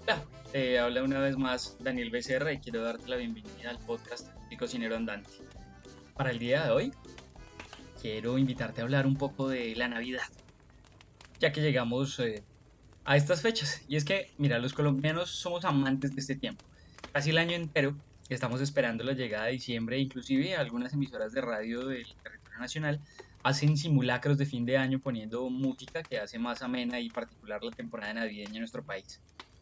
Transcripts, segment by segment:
Hola, te habla una vez más Daniel Becerra y quiero darte la bienvenida al podcast El Cocinero Andante. Para el día de hoy, quiero invitarte a hablar un poco de la Navidad, ya que llegamos a estas fechas. Y es que, mira, los colombianos somos amantes de este tiempo. Casi el año entero estamos esperando la llegada de diciembre, e inclusive algunas emisoras de radio del territorio nacional hacen simulacros de fin de año poniendo música que hace más amena y particular la temporada navideña en nuestro país.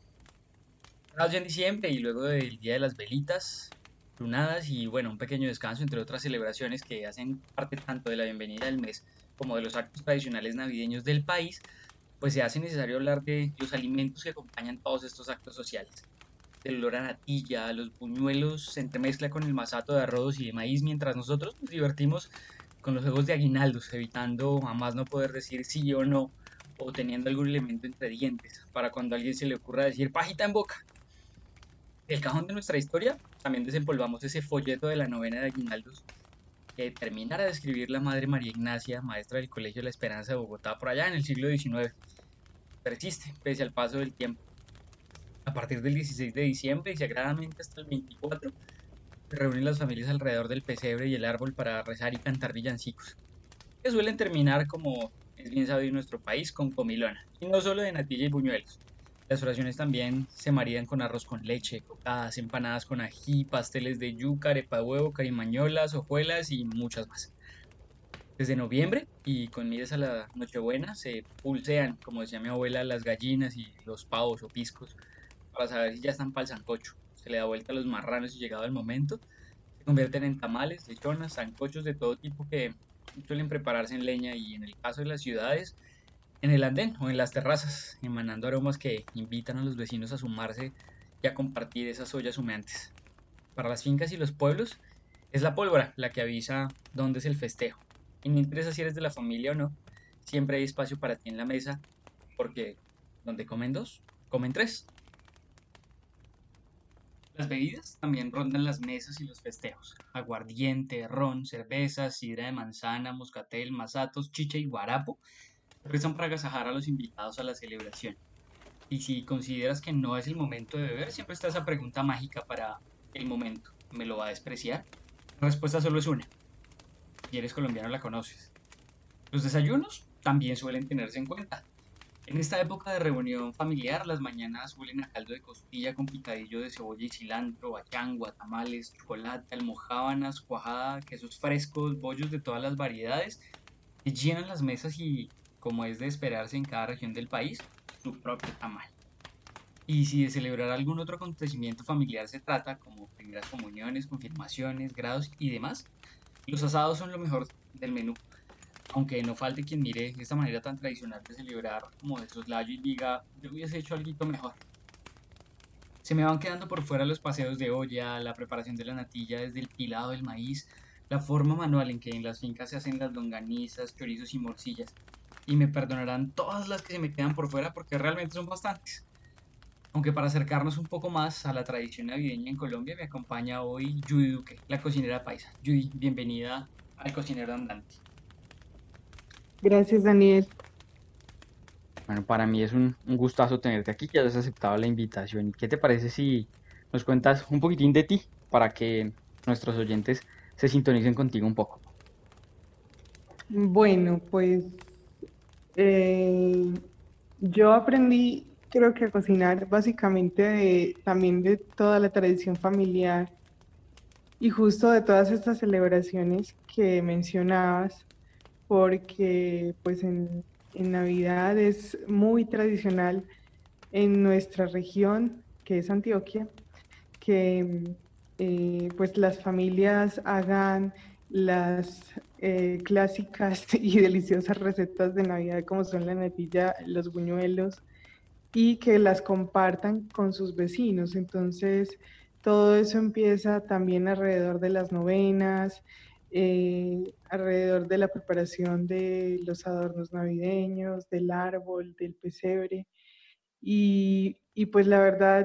Ya en diciembre y luego del Día de las Velitas, lunadas y bueno, un pequeño descanso entre otras celebraciones que hacen parte tanto de la bienvenida del mes como de los actos tradicionales navideños del país, pues se hace necesario hablar de los alimentos que acompañan todos estos actos sociales. Del olor a natilla, los buñuelos se entremezcla con el masato de arroz y de maíz mientras nosotros nos divertimos con los juegos de aguinaldos, evitando a más no poder decir sí o no o teniendo algún elemento entre dientes para cuando a alguien se le ocurra decir pajita en boca. El cajón de nuestra historia, también desempolvamos ese folleto de la novena de Aguinaldos que terminara de escribir la Madre María Ignacia, maestra del Colegio de la Esperanza de Bogotá, por allá en el siglo XIX. Persiste, pese al paso del tiempo. A partir del 16 de diciembre y sagradamente hasta el 24, se reúnen las familias alrededor del pesebre y el árbol para rezar y cantar villancicos, que suelen terminar, como es bien sabido en nuestro país, con comilona, y no solo de natilla y buñuelos. Las oraciones también se maridan con arroz con leche, cocadas, empanadas con ají, pasteles de yuca, arepa de huevo, carimañolas, hojuelas y muchas más. Desde noviembre y con miras a la Nochebuena se pulsean, como decía mi abuela, las gallinas y los pavos o piscos para saber si ya están para el sancocho. Se le da vuelta a los marranos y llegado el momento, se convierten en tamales, lechonas, sancochos de todo tipo que suelen prepararse en leña y en el caso de las ciudades, en el andén o en las terrazas, emanando aromas que invitan a los vecinos a sumarse y a compartir esas ollas humeantes. Para las fincas y los pueblos, es la pólvora la que avisa dónde es el festejo. Y no interesa si eres de la familia o no, siempre hay espacio para ti en la mesa, porque donde comen dos, comen tres. Las bebidas también rondan las mesas y los festejos. Aguardiente, ron, cerveza, sidra de manzana, moscatel, masatos, chicha y guarapo se prestan para agasajar a los invitados a la celebración. Y si consideras que no es el momento de beber, siempre está esa pregunta mágica para el momento. ¿Me lo va a despreciar? La respuesta solo es una. Si eres colombiano la conoces. Los desayunos también suelen tenerse en cuenta. En esta época de reunión familiar, las mañanas huelen a caldo de costilla con picadillo de cebolla y cilantro, achangua, tamales, chocolate, almojábanas, cuajada, quesos frescos, bollos de todas las variedades, que llenan las mesas y, como es de esperarse en cada región del país, su propio tamal. Y si de celebrar algún otro acontecimiento familiar se trata, como primeras comuniones, confirmaciones, grados y demás, los asados son lo mejor del menú, aunque no falte quien mire esta manera tan tradicional de celebrar como de soslayo y diga, yo hubiese hecho algo mejor. Se me van quedando por fuera los paseos de olla, la preparación de la natilla desde el pilado del maíz, la forma manual en que en las fincas se hacen las longanizas, chorizos y morcillas. Y me perdonarán todas las que se me quedan por fuera porque realmente son bastantes. Aunque para acercarnos un poco más a la tradición navideña en Colombia, me acompaña hoy Judy Duque, la cocinera paisa. Judy, bienvenida al Cocinero Andante. Gracias, Daniel. Bueno, para mí es un gustazo tenerte aquí, que hayas aceptado la invitación. ¿Y qué te parece si nos cuentas un poquitín de ti para que nuestros oyentes se sintonicen contigo un poco? Bueno, pues eh, yo aprendí, creo que a cocinar básicamente también de toda la tradición familiar y justo de todas estas celebraciones que mencionabas, porque pues en Navidad es muy tradicional en nuestra región, que es Antioquia, que pues las familias hagan las clásicas y deliciosas recetas de Navidad como son la natilla, los buñuelos y que las compartan con sus vecinos. Entonces, todo eso empieza también alrededor de las novenas, alrededor de la preparación de los adornos navideños, del árbol, del pesebre. Y pues la verdad,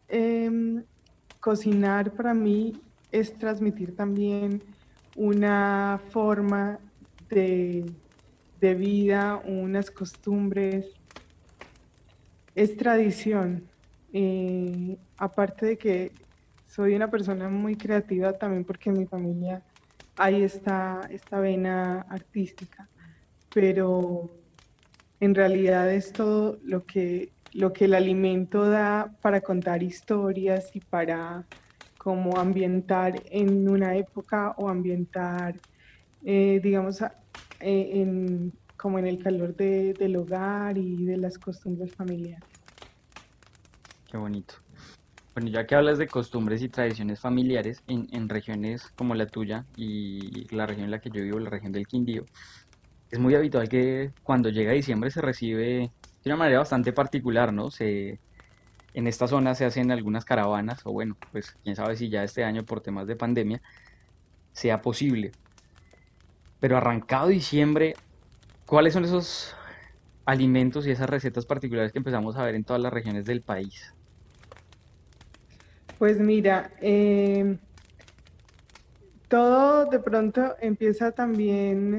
cocinar para mí es transmitir también una forma de, de vida, unas costumbres, es tradición. Aparte de que soy una persona muy creativa, también porque en mi familia hay esta vena artística, pero en realidad es todo lo que el alimento da para contar historias y para como ambientar en una época o ambientar, digamos, como en el calor del hogar y de las costumbres familiares. Qué bonito. Bueno, ya que hablas de costumbres y tradiciones familiares en regiones como la tuya y la región en la que yo vivo, la región del Quindío, es muy habitual que cuando llega diciembre se recibe de una manera bastante particular, ¿no? En esta zona se hacen algunas caravanas, o bueno, pues quién sabe si ya este año por temas de pandemia sea posible. Pero arrancado diciembre, ¿cuáles son esos alimentos y esas recetas particulares que empezamos a ver en todas las regiones del país? Pues mira, todo de pronto empieza también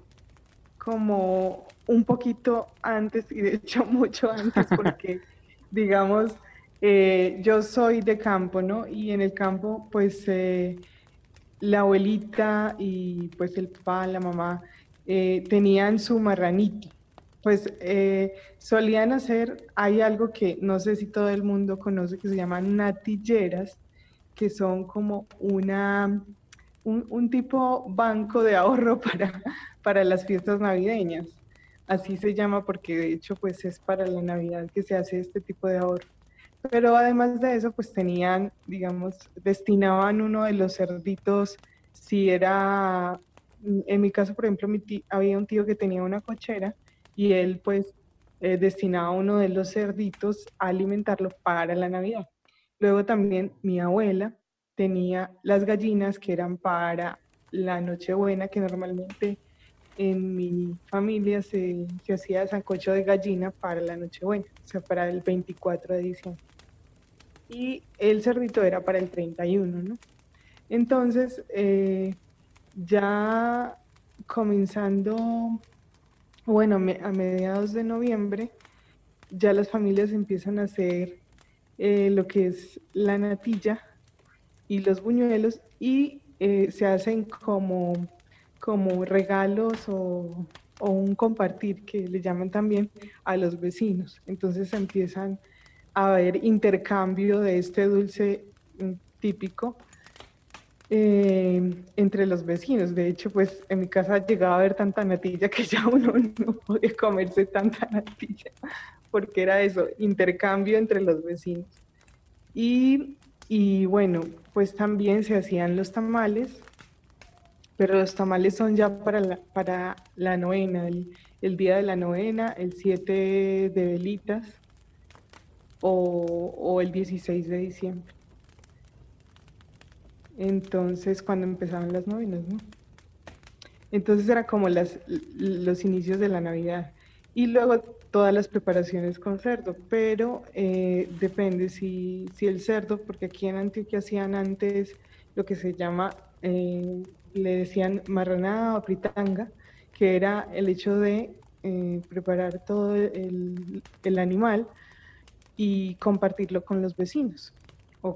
como un poquito antes y de hecho mucho antes porque, digamos, yo soy de campo, ¿no? Y en el campo, pues la abuelita y pues el papá, la mamá, tenían su marranito. Pues solían hacer, hay algo que no sé si todo el mundo conoce que se llaman natilleras, que son como un tipo banco de ahorro para las fiestas navideñas. Así se llama porque de hecho pues es para la Navidad que se hace este tipo de ahorro. Pero además de eso, pues tenían, digamos, destinaban uno de los cerditos, si era, en mi caso, por ejemplo, había un tío que tenía una cochera y él pues destinaba uno de los cerditos a alimentarlo para la Navidad. Luego también mi abuela tenía las gallinas que eran para la Nochebuena, que normalmente en mi familia se hacía sancocho de gallina para la Nochebuena, o sea, para el 24 de diciembre y el cerdito era para el 31, ¿no? Entonces, ya comenzando, bueno, a mediados de noviembre, ya las familias empiezan a hacer lo que es la natilla y los buñuelos y se hacen como regalos o un compartir que le llaman también a los vecinos. Entonces empiezan a haber intercambio de este dulce típico entre los vecinos. De hecho, pues en mi casa llegaba a haber tanta natilla que ya uno no podía comerse tanta natilla, porque era eso, intercambio entre los vecinos. Y bueno, pues también se hacían los tamales, pero los tamales son ya para la novena, el día de la novena, el 7 de velitas o el 16 de diciembre. Entonces, cuando empezaban las novenas, ¿no? Entonces era como los inicios de la Navidad. Y luego todas las preparaciones con cerdo, pero depende si el cerdo, porque aquí en Antioquia hacían antes lo que se llama, le decían marranada o fritanga, que era el hecho de preparar todo el animal y compartirlo con los vecinos o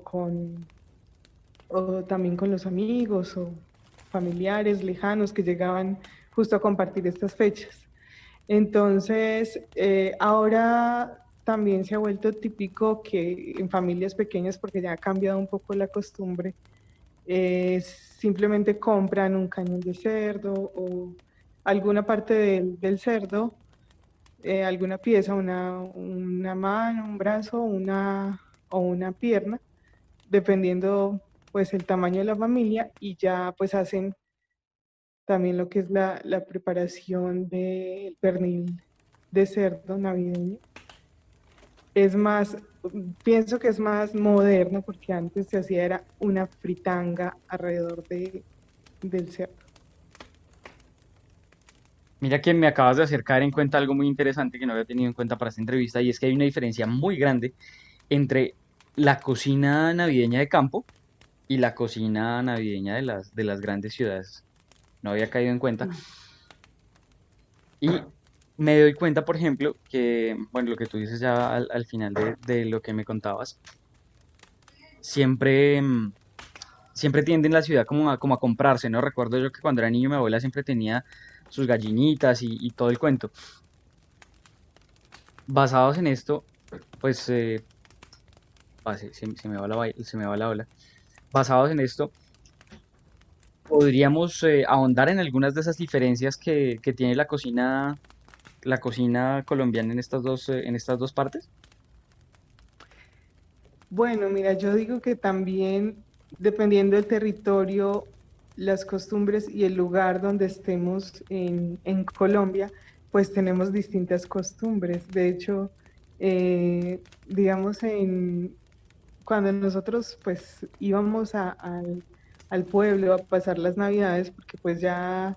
o también con los amigos o familiares lejanos que llegaban justo a compartir estas fechas. Entonces, ahora también se ha vuelto típico que en familias pequeñas, porque ya ha cambiado un poco la costumbre, simplemente compran un cañón de cerdo o alguna parte del cerdo, alguna pieza, una mano, un brazo, o una pierna, dependiendo pues el tamaño de la familia y ya pues hacen también lo que es la preparación del pernil de cerdo navideño. Es más, pienso que es más moderno porque antes se hacía era una fritanga alrededor del cerdo. Mira que me acabas de hacer caer en cuenta algo muy interesante que no había tenido en cuenta para esta entrevista y es que hay una diferencia muy grande entre la cocina navideña de campo y la cocina navideña de las grandes ciudades. No había caído en cuenta. Y me doy cuenta, por ejemplo, que, bueno, lo que tú dices ya al final de lo que me contabas, siempre, siempre tiende en la ciudad como a comprarse, ¿no? Recuerdo yo que cuando era niño mi abuela siempre tenía sus gallinitas y todo el cuento. Basados en esto, pues, se me va se me va la ola. Basados en esto, podríamos ahondar en algunas de esas diferencias que tiene la cocina colombiana en estas dos partes. Bueno, mira, yo digo que también, dependiendo del territorio, las costumbres y el lugar donde estemos en Colombia, pues tenemos distintas costumbres. De hecho, digamos, cuando nosotros pues íbamos al pueblo a pasar las Navidades, porque pues ya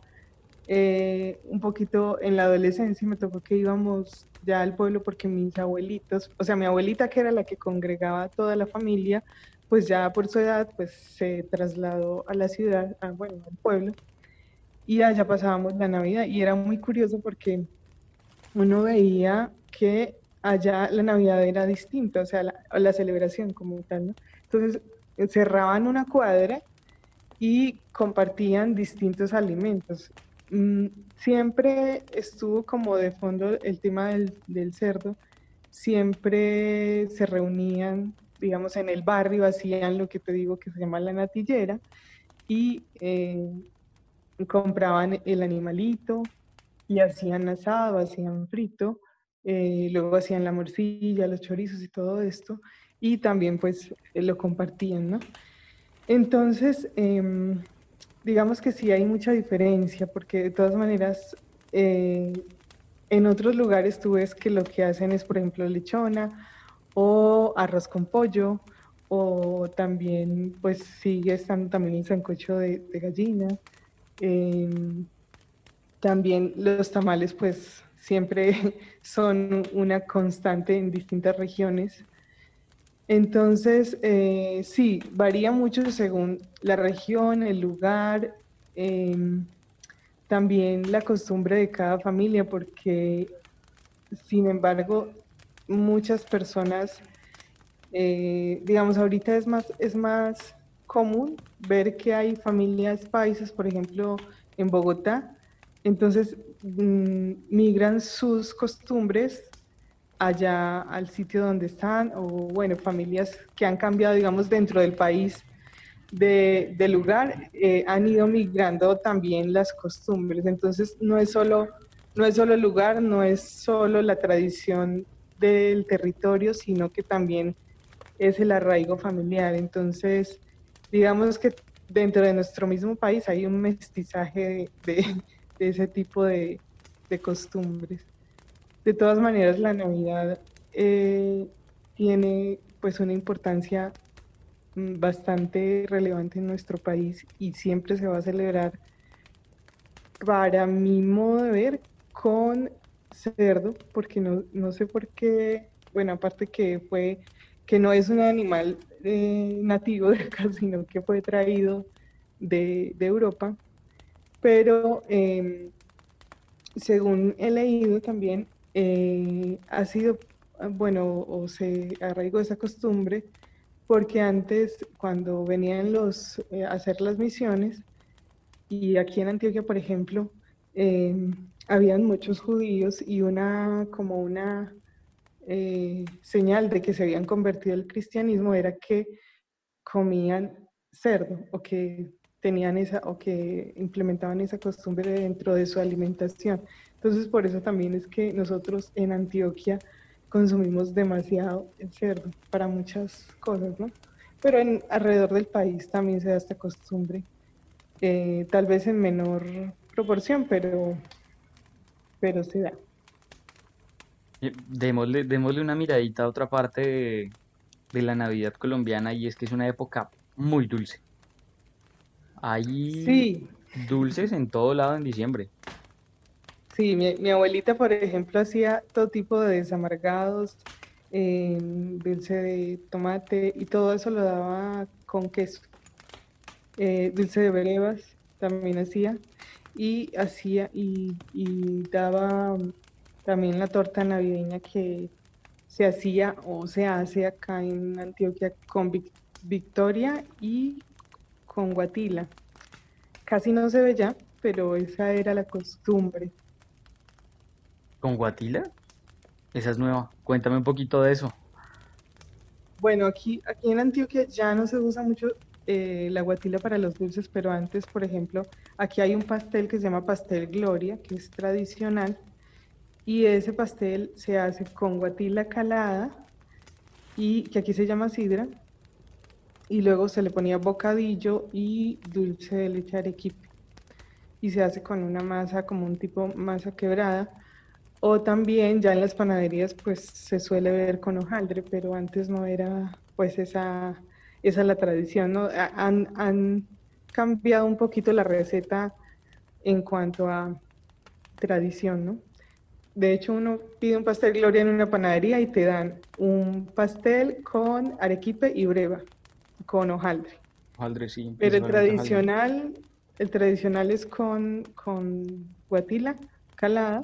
un poquito en la adolescencia me tocó que íbamos ya al pueblo porque mis abuelitos, o sea, mi abuelita que era la que congregaba a toda la familia, pues ya por su edad pues se trasladó a la ciudad, bueno, al pueblo, y allá pasábamos la Navidad y era muy curioso porque uno veía que allá la Navidad era distinta, o sea, la celebración como tal, ¿no? Entonces cerraban una cuadra y compartían distintos alimentos. Mm, Siempre estuvo como de fondo el tema del cerdo, siempre se reunían, digamos, en el barrio, hacían lo que te digo que se llama la natillera y compraban el animalito y hacían asado, hacían frito, luego hacían la morcilla, los chorizos y todo esto, y también pues lo compartían, ¿no? Entonces, digamos que sí hay mucha diferencia, porque de todas maneras, en otros lugares tú ves que lo que hacen es, por ejemplo, lechona o arroz con pollo, o también, pues sigue estando también el sancocho de gallina. em, También los tamales, pues siempre son una constante en distintas regiones. Entonces, sí, varía mucho según la región, el lugar, em, también la costumbre de cada familia, porque, sin embargo, muchas personas, digamos, ahorita es más común ver que hay familias paisas, por ejemplo, en Bogotá, entonces migran sus costumbres allá al sitio donde están, o bueno, familias que han cambiado, digamos, dentro del país de lugar, han ido migrando también las costumbres. Entonces, no es solo el lugar, no es solo la tradición del territorio, sino que también es el arraigo familiar. Entonces, digamos que dentro de nuestro mismo país hay un mestizaje de ese tipo de costumbres. De todas maneras, la Navidad tiene pues una importancia bastante relevante en nuestro país y siempre se va a celebrar, para mi modo de ver, con cerdo, porque no sé por qué, bueno, aparte que no es un animal nativo de acá, sino que fue traído de Europa, pero según he leído también, ha sido, bueno, o se arraigó esa costumbre, porque antes, cuando venían a hacer las misiones, y aquí en Antioquia, por ejemplo, eh, habían muchos judíos y como una señal de que se habían convertido al cristianismo era que comían cerdo o que tenían o que implementaban esa costumbre dentro de su alimentación. Entonces, por eso también es que nosotros en Antioquia consumimos demasiado el cerdo para muchas cosas, ¿no? Pero alrededor del país también se da esta costumbre, tal vez en menor proporción, pero se da. Démosle una miradita a otra parte de la Navidad colombiana y es que es una época muy dulce. Hay Sí, dulces en todo lado en diciembre. sí, mi abuelita, por ejemplo, hacía todo tipo de desamargados, dulce de tomate y todo eso lo daba con queso. Dulce de brevas también hacía y daba. también la torta navideña que se hacía o se hace acá en Antioquia con Victoria y con Guatila. Casi no se ve ya, pero esa era la costumbre. ¿Con guatila? Esa es nueva. Cuéntame un poquito de eso. Bueno, aquí en Antioquia ya no se usa mucho la guatila para los dulces, pero antes, por ejemplo, aquí hay un pastel que se llama pastel Gloria, que es tradicional, y ese pastel se hace con guatila calada, y que aquí se llama sidra, y luego se le ponía bocadillo y dulce de leche arequipe, y se hace con una masa como un tipo masa quebrada, o también ya en las panaderías pues se suele ver con hojaldre, pero antes no era pues esa la tradición, ¿no? Han cambiado un poquito la receta en cuanto a tradición, ¿no? De hecho, uno pide un pastel Gloria en una panadería y te dan un pastel con arequipe y breva, con hojaldre. Hojaldre, sí, Pero principalmente hojaldre. el tradicional es con guatila calada,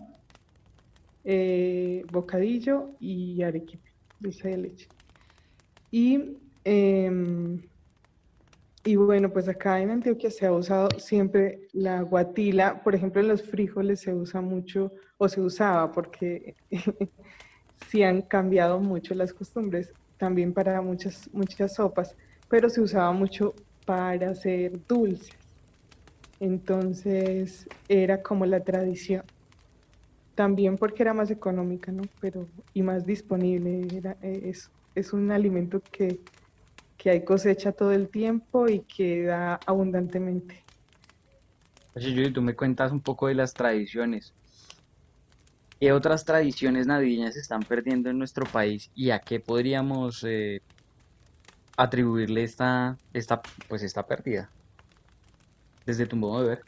bocadillo y arequipe, dulce de leche. Y, em, y bueno, pues acá en Antioquia se ha usado siempre la guatila, por ejemplo, en los frijoles se usa mucho, o se usaba, porque sí han cambiado mucho las costumbres, también para muchas sopas, pero se usaba mucho para hacer dulces. Entonces era como la tradición. También porque era más económica, ¿no? Pero, y más disponible. Es un alimento que hay cosecha todo el tiempo y que da abundantemente. Oye, Yuri, tú me cuentas un poco de las tradiciones. ¿Qué otras tradiciones navideñas se están perdiendo en nuestro país y a qué podríamos atribuirle pues esta pérdida, desde tu modo de ver?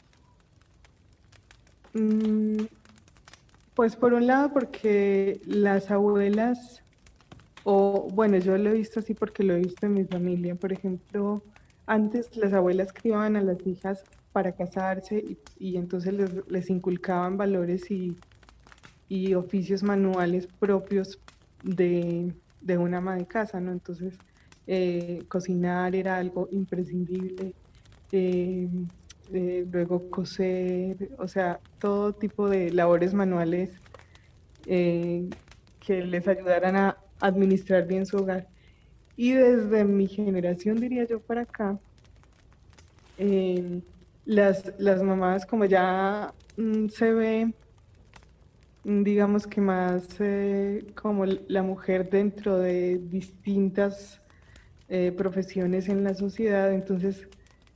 Mm, pues por un lado porque las abuelas, o bueno, yo lo he visto así porque lo he visto en mi familia. Por ejemplo, antes las abuelas criaban a las hijas para casarse y entonces les inculcaban valores y oficios manuales propios de una ama de casa, ¿no? Entonces, cocinar era algo imprescindible, eh, luego coser, o sea, todo tipo de labores manuales eh, que les ayudaran a administrar bien su hogar. Y desde mi generación, diría yo, para acá, eh, las mamás, como ya se ve digamos que más como la mujer dentro de distintas profesiones en la sociedad, entonces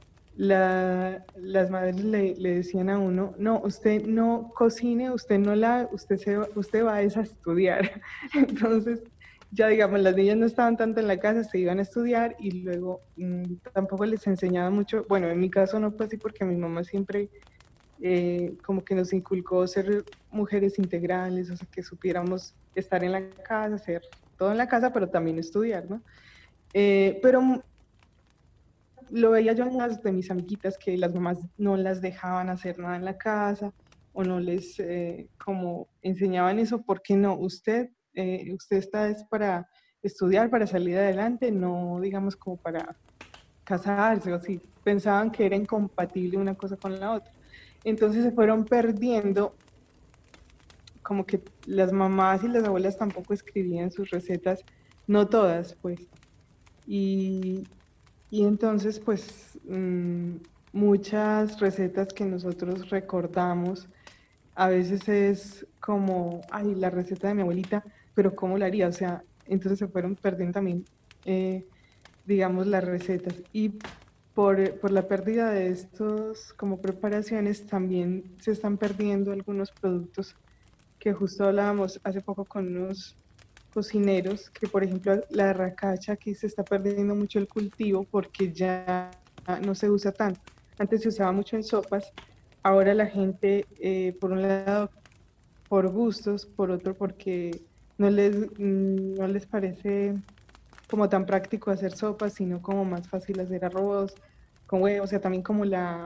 las madres le decían a uno, no, usted no cocine, usted va es a estudiar. Entonces, ya digamos, las niñas no estaban tanto en la casa, se iban a estudiar y luego tampoco les enseñaba mucho. Bueno, en mi caso no fue así porque mi mamá siempre como que nos inculcó ser mujeres integrales, o sea, que supiéramos estar en la casa, hacer todo en la casa, pero también estudiar, ¿no? Pero lo veía yo en las de mis amiguitas que las mamás no las dejaban hacer nada en la casa o no les como enseñaban eso, ¿por qué no? Usted está es para estudiar, para salir adelante, no digamos como para casarse o así. Pensaban que era incompatible una cosa con la otra. Entonces se fueron perdiendo, como que las mamás y las abuelas tampoco escribían sus recetas, no todas, pues. Y, y entonces, pues, muchas recetas que nosotros recordamos, a veces es como, ay, la receta de mi abuelita, pero ¿cómo la haría? O sea, entonces se fueron perdiendo también, eh, digamos, las recetas. Y por la pérdida de estos como preparaciones, también se están perdiendo algunos productos que justo hablábamos hace poco con unos cocineros, que por ejemplo la racacha aquí se está perdiendo mucho el cultivo porque ya no se usa tanto. Antes se usaba mucho en sopas, ahora la gente, por un lado, por gustos, por otro, porque no les parece como tan práctico hacer sopas, sino como más fácil hacer arroz con huevos, o sea, también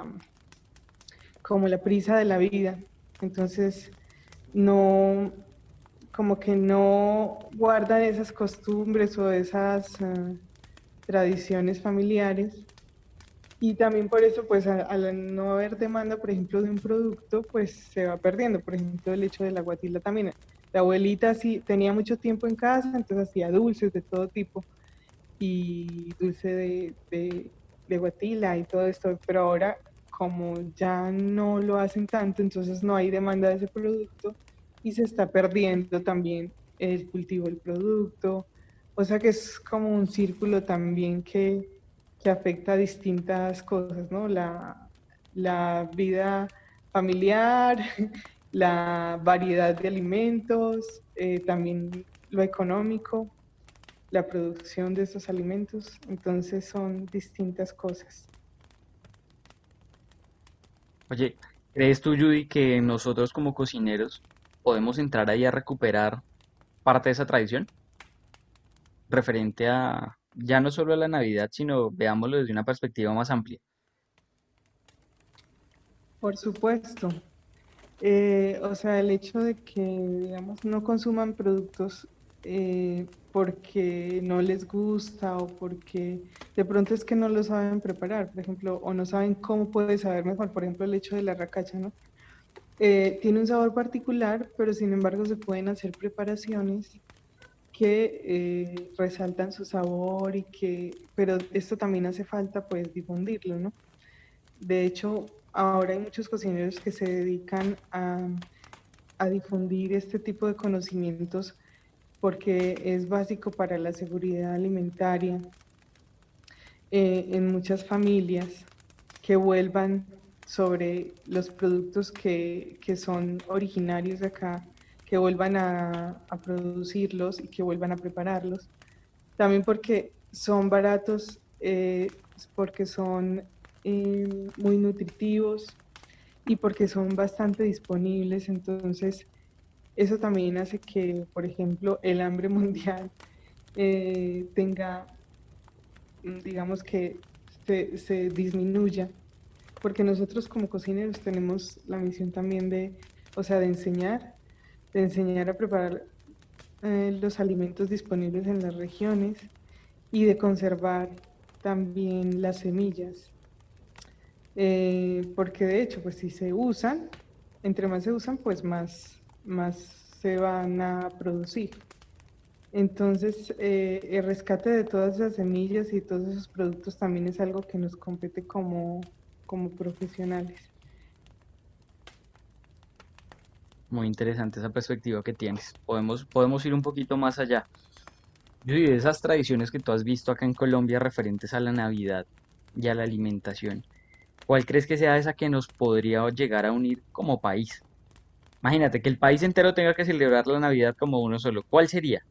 como la prisa de la vida. Entonces, no, como que no guardan esas costumbres o esas tradiciones familiares. Y también por eso, pues al no haber demanda, por ejemplo, de un producto, pues se va perdiendo. Por ejemplo, el hecho de la guatila también. La abuelita sí tenía mucho tiempo en casa, entonces hacía dulces de todo tipo y dulce de guatila y todo esto, pero ahora como ya no lo hacen tanto, entonces no hay demanda de ese producto y se está perdiendo también el cultivo del producto. O sea que es como un círculo también que afecta a distintas cosas, ¿no? La vida familiar, la variedad de alimentos, también lo económico, la producción de estos alimentos. Entonces son distintas cosas. Oye, ¿crees tú, Judy, que nosotros como cocineros podemos entrar ahí a recuperar parte de esa tradición referente a ya no solo a la Navidad, sino veámoslo desde una perspectiva más amplia? Por supuesto. O sea, el hecho de que, digamos, no consuman productos porque no les gusta o porque de pronto es que no lo saben preparar, por ejemplo, o no saben cómo puede saber mejor, por ejemplo, el hecho de la racacha, ¿no? Tiene un sabor particular, pero sin embargo se pueden hacer preparaciones que resaltan su sabor y que, pero esto también hace falta pues difundirlo, ¿no? De hecho, ahora hay muchos cocineros que se dedican a difundir este tipo de conocimientos porque es básico para la seguridad alimentaria en muchas familias que vuelvan sobre los productos que son originarios de acá, que vuelvan a producirlos y que vuelvan a prepararlos. También porque son baratos, porque son muy nutritivos y porque son bastante disponibles. Entonces, eso también hace que, por ejemplo, el hambre mundial tenga, digamos que se disminuya, porque nosotros como cocineros tenemos la misión también de, o sea, de enseñar a preparar los alimentos disponibles en las regiones y de conservar también las semillas, porque de hecho, pues si se usan, entre más se usan, pues más se van a producir. Entonces, el rescate de todas esas semillas y todos esos productos también es algo que nos compete como profesionales. Muy interesante esa perspectiva que tienes. Podemos ir un poquito más allá. Judy, de esas tradiciones que tú has visto acá en Colombia referentes a la Navidad y a la alimentación, ¿cuál crees que sea esa que nos podría llegar a unir como país? Imagínate que el país entero tenga que celebrar la Navidad como uno solo. ¿Cuál sería?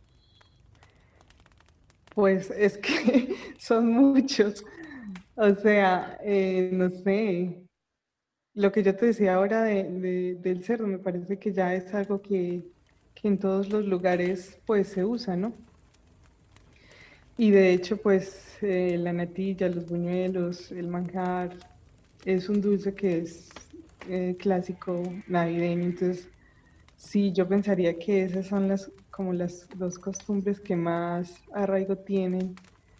Pues es que son muchos. O sea, no sé, lo que yo te decía ahora del cerdo, me parece que ya es algo que en todos los lugares pues se usa, ¿no? Y de hecho, pues la natilla, los buñuelos, el manjar, es un dulce que es clásico navideño. Entonces, sí, yo pensaría que esas son como las dos costumbres que más arraigo tienen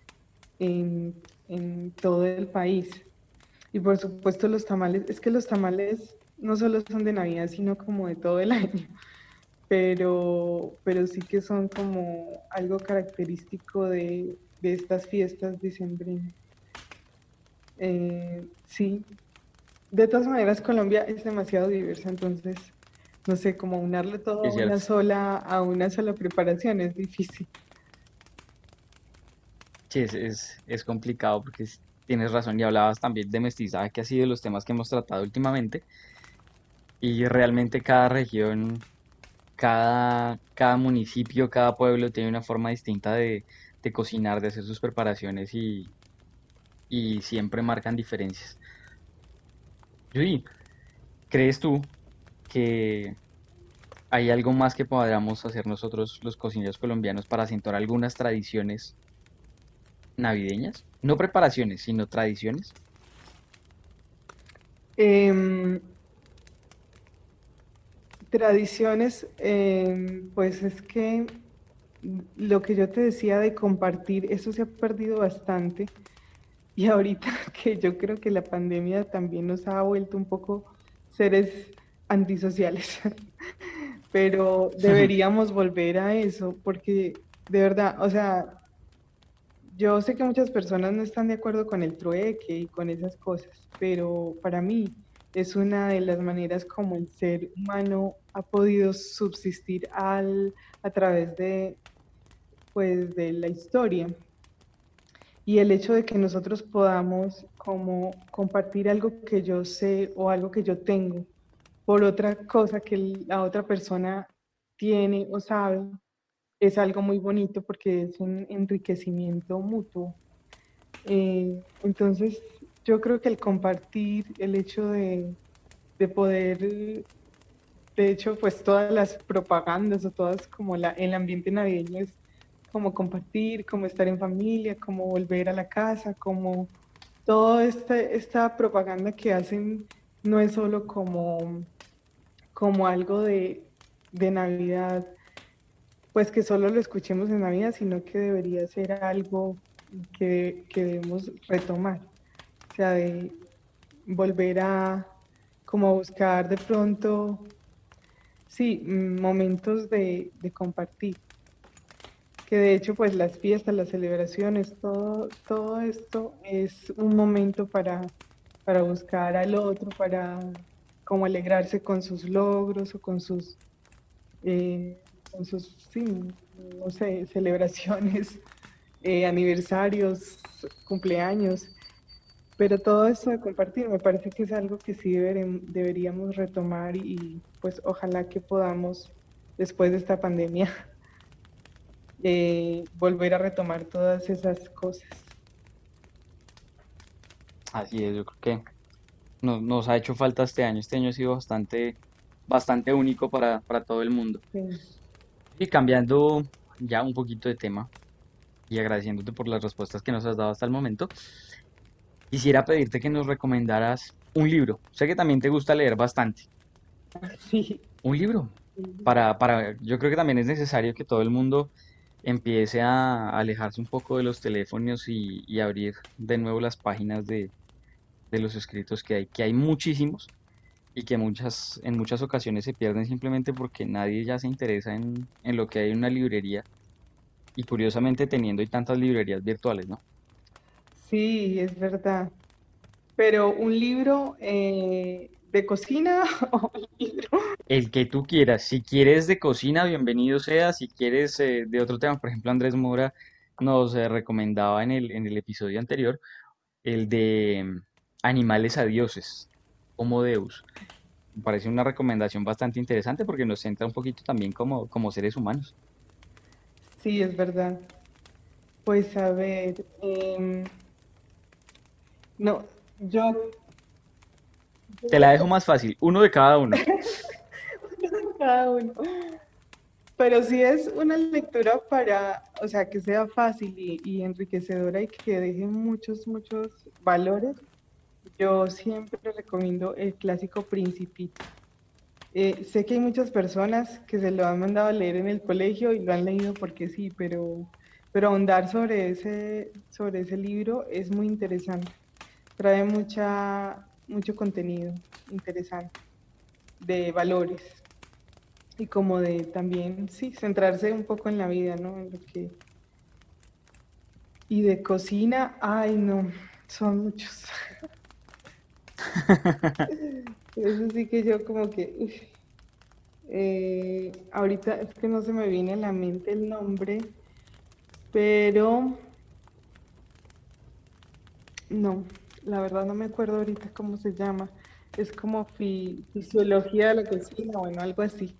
en todo el país. Y por supuesto los tamales, es que los tamales no solo son de Navidad, sino como de todo el año, pero sí que son como algo característico de estas fiestas dicembrinas. Sí, de todas maneras Colombia es demasiado diversa, entonces no sé, cómo unarle todo Es cierto. a una sola preparación es difícil. Sí, es complicado porque tienes razón y hablabas también de mestizaje, que ha sido de los temas que hemos tratado últimamente. Y realmente cada región, cada municipio, cada pueblo tiene una forma distinta de cocinar, de hacer sus preparaciones y siempre marcan diferencias. Yuri, ¿crees tú que hay algo más que podamos hacer nosotros los cocineros colombianos para acentuar algunas tradiciones navideñas? No preparaciones, sino tradiciones. Em, Tradiciones, pues es que lo que yo te decía de compartir, eso se ha perdido bastante. Y ahorita que yo creo que la pandemia también nos ha vuelto un poco seres antisociales, pero deberíamos volver a eso porque de verdad, o sea, yo sé que muchas personas no están de acuerdo con el trueque y con esas cosas, pero para mí es una de las maneras como el ser humano ha podido subsistir a través de, pues, de la historia. Y el hecho de que nosotros podamos como compartir algo que yo sé o algo que yo tengo por otra cosa que la otra persona tiene o sabe, es algo muy bonito porque es un enriquecimiento mutuo. Entonces, yo creo que el compartir, el hecho de poder, de hecho, pues todas las propagandas o todas como el ambiente navideño es como compartir, como estar en familia, como volver a la casa, como toda esta propaganda que hacen no es solo como algo de Navidad, pues que solo lo escuchemos en Navidad, sino que debería ser algo que debemos retomar, o sea, de volver a como buscar de pronto, sí, momentos de compartir, que de hecho pues las fiestas, las celebraciones, todo esto es un momento para buscar al otro, para como alegrarse con sus logros o eh, con sus, sí, no sé, celebraciones, aniversarios, cumpleaños, pero todo eso de compartir me parece que es algo que sí deberíamos retomar y pues ojalá que podamos, después de esta pandemia, volver a retomar todas esas cosas. Así es, yo creo que nos ha hecho falta este año. Este año ha sido bastante único para todo el mundo. Sí. Y cambiando ya un poquito de tema y agradeciéndote por las respuestas que nos has dado hasta el momento, quisiera pedirte que nos recomendaras un libro. Sé que también te gusta leer bastante. Sí. Un libro. Yo creo que también es necesario que todo el mundo empiece a alejarse un poco de los teléfonos y abrir de nuevo las páginas de los escritos que hay muchísimos y que en muchas ocasiones se pierden simplemente porque nadie ya se interesa en lo que hay en una librería y curiosamente teniendo hay tantas librerías virtuales, ¿no? Sí, es verdad. Pero un libro de cocina o un libro. El que tú quieras, si quieres de cocina, bienvenido sea, si quieres de otro tema, por ejemplo, Andrés Mora nos recomendaba en el episodio anterior el de Animales a Dioses, Homo Deus. Me parece una recomendación bastante interesante porque nos centra un poquito también como seres humanos. Sí, es verdad. Pues a ver, no, yo Te la dejo más fácil, uno de cada uno. cada uno. Pero sí es una lectura para, o sea, que sea fácil y enriquecedora y que deje muchos valores. Yo siempre recomiendo el clásico Principito. Sé que hay muchas personas que se lo han mandado a leer en el colegio y lo han leído porque sí, pero ahondar sobre ese libro es muy interesante. Trae mucho contenido interesante de valores y como de también, sí, centrarse un poco en la vida, ¿no? En lo que... Y de cocina, ay, no, son muchos. Eso sí que yo como que, uf, ahorita es que no se me viene a la mente el nombre, pero no, la verdad no me acuerdo ahorita cómo se llama. Es como fisiología de la cocina, bueno, algo así.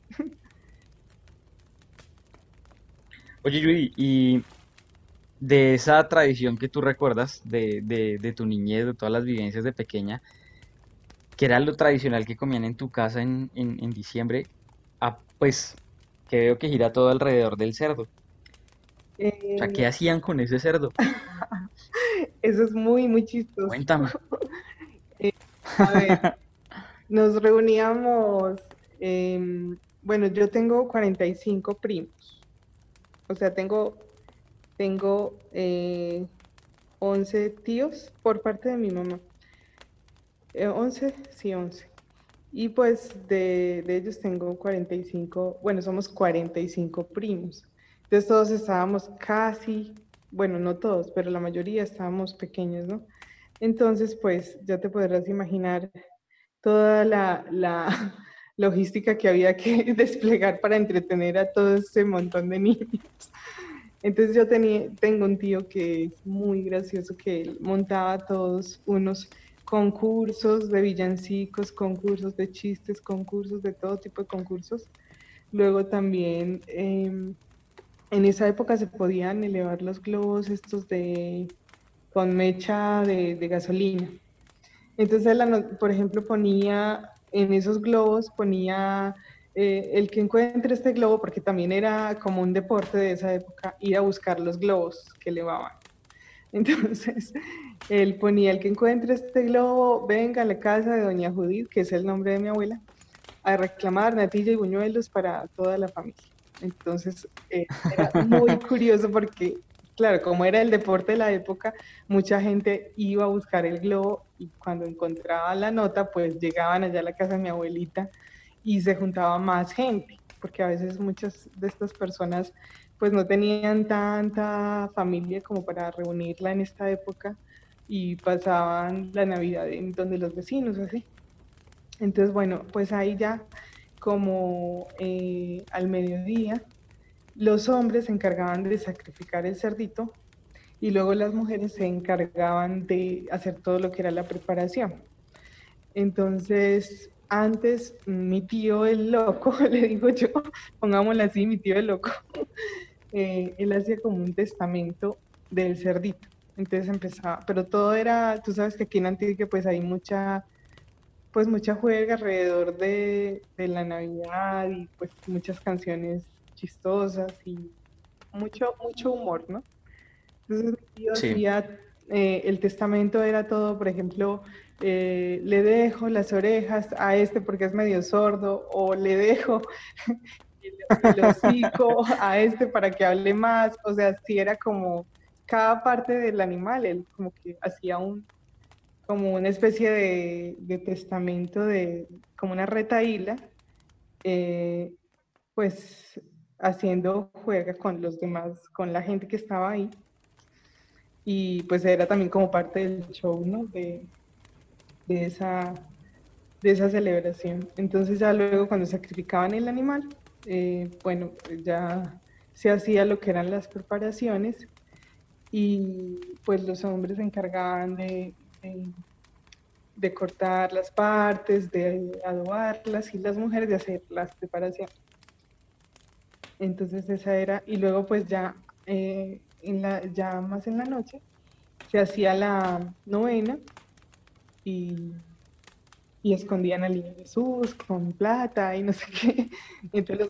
Oye, Judy, y de esa tradición que tú recuerdas de tu niñez, de todas las vivencias de pequeña, ¿qué era lo tradicional que comían en tu casa en diciembre? Ah, pues que veo que gira todo alrededor del cerdo. O sea, ¿qué Eh, hacían con ese cerdo? Eso es muy chistoso. Cuéntame. A ver, nos reuníamos. bueno, yo tengo 45 primos, o sea, tengo 11 tíos por parte de mi mamá. 11, sí, 11. Y pues de ellos tengo 45, bueno, somos 45 primos. Entonces todos estábamos casi, bueno, no todos, pero la mayoría estábamos pequeños, ¿no? Entonces, pues ya te podrás imaginar toda la logística que había que desplegar para entretener a todo ese montón de niños. Entonces tengo un tío que es muy gracioso, que él montaba todos unos concursos de villancicos, concursos de chistes, concursos de todo tipo de concursos. Luego también en esa época se podían elevar los globos estos con mecha de gasolina. Entonces, por ejemplo, ponía en esos globos, ponía el que encuentre este globo, porque también era como un deporte de esa época, ir a buscar los globos que elevaban. Entonces, él ponía el que encuentre este globo, venga a la casa de doña Judith, que es el nombre de mi abuela, a reclamar natilla y buñuelos para toda la familia. Entonces, era muy curioso porque, claro, como era el deporte de la época, mucha gente iba a buscar el globo y cuando encontraba la nota, pues llegaban allá a la casa de mi abuelita y se juntaba más gente, porque a veces muchas de estas personas pues no tenían tanta familia como para reunirla en esta época y pasaban la Navidad en donde los vecinos, así. Entonces, bueno, pues ahí ya como al mediodía, los hombres se encargaban de sacrificar el cerdito y luego las mujeres se encargaban de hacer todo lo que era la preparación. Entonces, antes mi tío el loco, le digo yo, pongámoslo así, mi tío el loco, él hacía como un testamento del cerdito. Entonces empezaba, pero todo era, tú sabes que aquí en Antioquia pues hay mucha juega alrededor de la Navidad y pues muchas canciones chistosas y mucho humor, ¿no? Entonces mi tío Sí. hacía, el testamento era todo, por ejemplo, le dejo las orejas a este porque es medio sordo, o le dejo el hocico a este para que hable más, o sea, sí era como cada parte del animal, él como que hacía como una especie de testamento, como una retahíla, eh, pues haciendo juega con los demás, con la gente que estaba ahí. Y pues era también como parte del show, ¿no? De esa, de esa celebración. Entonces ya luego cuando sacrificaban el animal, bueno, ya se hacía lo que eran las preparaciones y pues los hombres se encargaban de cortar las partes, de adobarlas y las mujeres de hacer las preparaciones. Entonces esa era, y luego pues ya, ya más en la noche se hacía la novena y, y escondían al niño Jesús con plata y no sé qué. Entonces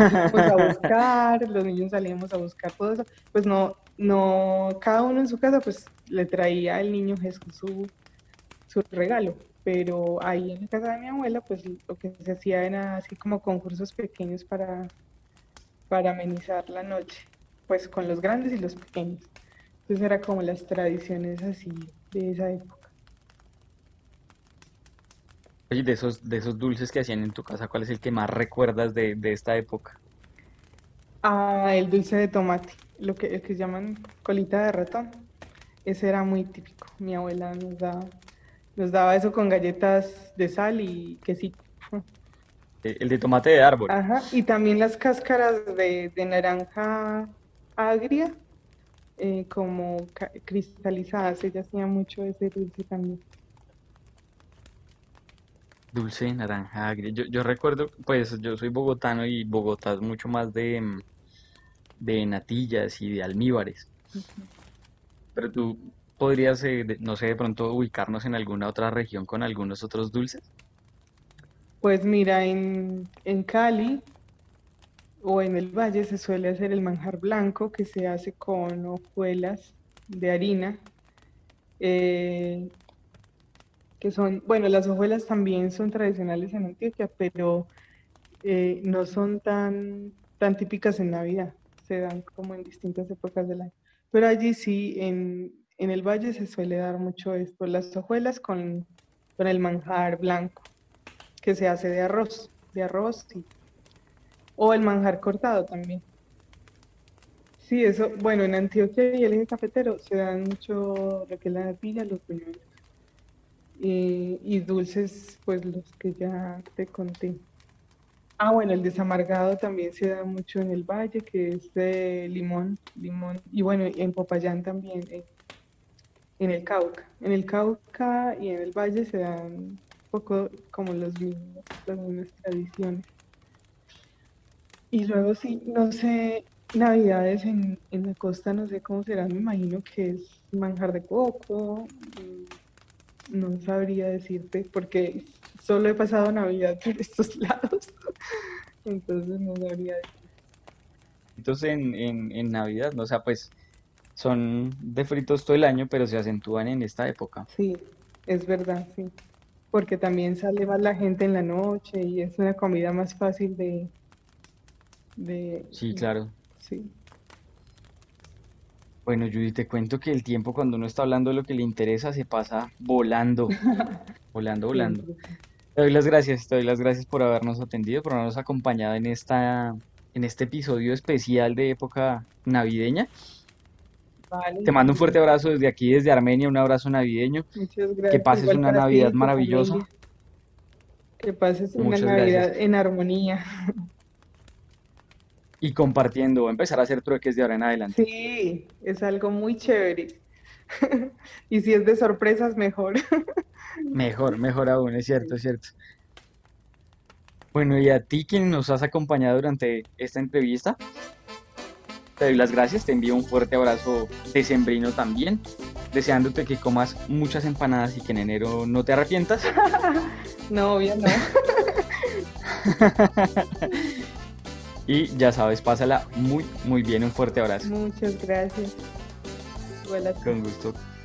los niños salíamos a buscar todo eso. Pues no, cada uno en su casa pues le traía al niño Jesús su regalo, pero ahí en la casa de mi abuela, pues lo que se hacía era así como concursos pequeños para amenizar la noche, pues con los grandes y los pequeños. Entonces era como las tradiciones así de esa época. Oye, de esos dulces que hacían en tu casa, ¿cuál es el que más recuerdas de esta época? Ah, el dulce de tomate, el que llaman colita de ratón. Ese era muy típico. Mi abuela nos daba eso con galletas de sal y quesito. El de tomate de árbol. Ajá, y también las cáscaras de naranja agria, como cristalizadas. Ella hacía mucho ese dulce también. Dulce de naranja agria. Yo recuerdo, pues yo soy bogotano y Bogotá es mucho más de natillas y de almíbares. Pero tú podrías, no sé, de pronto ubicarnos en alguna otra región con algunos otros dulces. Pues mira, en Cali o en el Valle se suele hacer el manjar blanco que se hace con hojuelas de harina, eh, que son, bueno, las hojuelas también son tradicionales en Antioquia, pero no son tan típicas en Navidad, se dan como en distintas épocas del año. Pero allí sí, en el valle se suele dar mucho esto, las hojuelas con el manjar blanco, que se hace de arroz, sí. O el manjar cortado también. Sí, eso, bueno, en Antioquia y el eje cafetero se dan mucho lo que es la natilla, los buñuelos. Y dulces, pues los que ya te conté. Ah, bueno, el desamargado también se da mucho en el valle, que es de limón. Y bueno, en Popayán también, en el Cauca. En el Cauca y en el valle se dan un poco como las mismas tradiciones. Y luego sí, no sé, Navidades en la costa, no sé cómo será, me imagino que es manjar de coco, no sabría decirte, porque solo he pasado Navidad por estos lados, entonces no sabría decir. Entonces en Navidad, ¿no? O sea, pues son de fritos todo el año, pero se acentúan en esta época. Sí, es verdad, sí, porque también sale más la gente en la noche y es una comida más fácil de, Sí, claro. sí, Bueno, Judy, te cuento que el tiempo cuando uno está hablando de lo que le interesa se pasa volando, volando, volando. siempre. Te doy las gracias por habernos atendido, por habernos acompañado en este episodio especial de época navideña. Te Vale, mando un fuerte abrazo desde aquí, desde Armenia, un abrazo navideño. muchas Que gracias, pases igual una para ti Navidad y tu familia. maravillosa. Que pases una Muchas gracias. Navidad en armonía. Y compartiendo, voy a empezar a hacer trueques de ahora en adelante. Sí, es algo muy chévere. Y si es de sorpresas, mejor. Mejor, mejor aún, es cierto, es cierto. Bueno, y a ti quien nos has acompañado durante esta entrevista, te doy las gracias, te envío un fuerte abrazo decembrino también, deseándote que comas muchas empanadas y que en enero no te arrepientas. No, obvio no. Y ya sabes, pásala muy, muy bien, un fuerte abrazo. Muchas gracias. Igual a ti. Con gusto.